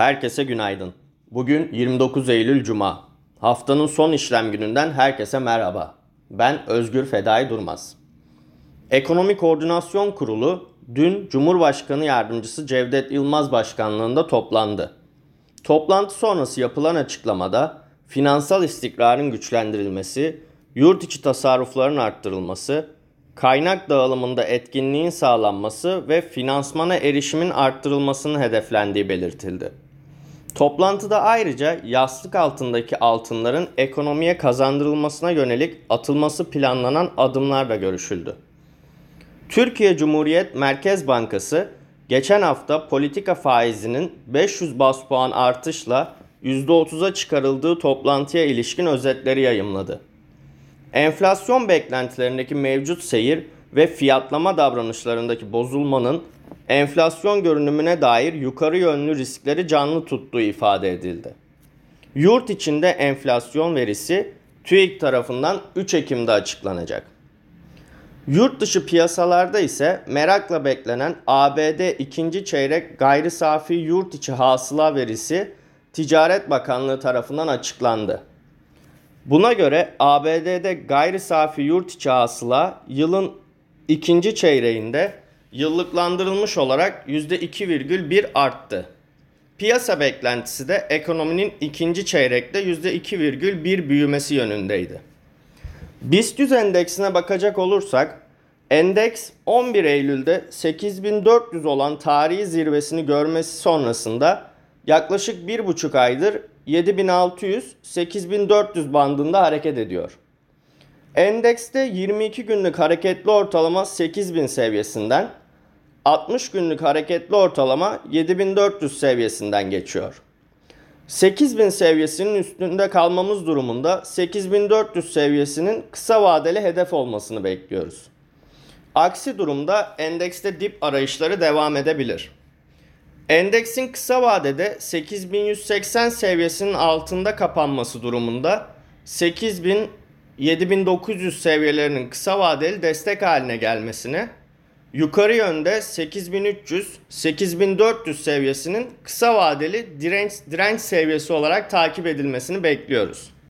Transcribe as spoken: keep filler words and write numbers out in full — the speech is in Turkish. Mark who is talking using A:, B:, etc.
A: Herkese günaydın. Bugün yirmi dokuz Eylül Cuma. Haftanın son işlem gününden herkese merhaba. Ben Özgür Fedai Durmaz. Ekonomi Koordinasyon Kurulu dün Cumhurbaşkanı Yardımcısı Cevdet Yılmaz başkanlığında toplandı. Toplantı sonrası yapılan açıklamada finansal istikrarın güçlendirilmesi, yurt içi tasarrufların arttırılması, kaynak dağılımında etkinliğin sağlanması ve finansmana erişimin arttırılmasının hedeflendiği belirtildi. Toplantıda ayrıca yastık altındaki altınların ekonomiye kazandırılmasına yönelik atılması planlanan adımlar da görüşüldü. Türkiye Cumhuriyet Merkez Bankası geçen hafta politika faizinin beş yüz baz puan artışla yüzde otuza çıkarıldığı toplantıya ilişkin özetleri yayımladı. Enflasyon beklentilerindeki mevcut seyir ve fiyatlama davranışlarındaki bozulmanın enflasyon görünümüne dair yukarı yönlü riskleri canlı tuttuğu ifade edildi. Yurt içinde enflasyon verisi TÜİK tarafından üç Ekim'de açıklanacak. Yurt dışı piyasalarda ise merakla beklenen A B D ikinci çeyrek gayri safi yurt içi hasıla verisi Ticaret Bakanlığı tarafından açıklandı. Buna göre A B D'de gayri safi yurt içi hasıla yılın ikinci çeyreğinde yıllıklandırılmış olarak yüzde iki virgül bir arttı. Piyasa beklentisi de ekonominin ikinci çeyrekte yüzde iki virgül bir büyümesi yönündeydi. BIST yüz endeksine bakacak olursak, endeks on bir Eylül'de sekiz bin dört yüz olan tarihi zirvesini görmesi sonrasında yaklaşık bir buçuk aydır yedi bin altı yüz - sekiz bin dört yüz bandında hareket ediyor. Endekste yirmi iki günlük hareketli ortalama sekiz bin seviyesinden, altmış günlük hareketli ortalama yedi bin dört yüz seviyesinden geçiyor. sekiz bin seviyesinin üstünde kalmamız durumunda sekiz bin dört yüz seviyesinin kısa vadeli hedef olmasını bekliyoruz. Aksi durumda endekste dip arayışları devam edebilir. Endeksin kısa vadede sekiz bin yüz seksen seviyesinin altında kapanması durumunda sekiz bin - yedi bin dokuz yüz seviyelerinin kısa vadeli destek haline gelmesini, yukarı yönde sekiz bin üç yüz - sekiz bin dört yüz seviyesinin kısa vadeli direnç, direnç seviyesi olarak takip edilmesini bekliyoruz.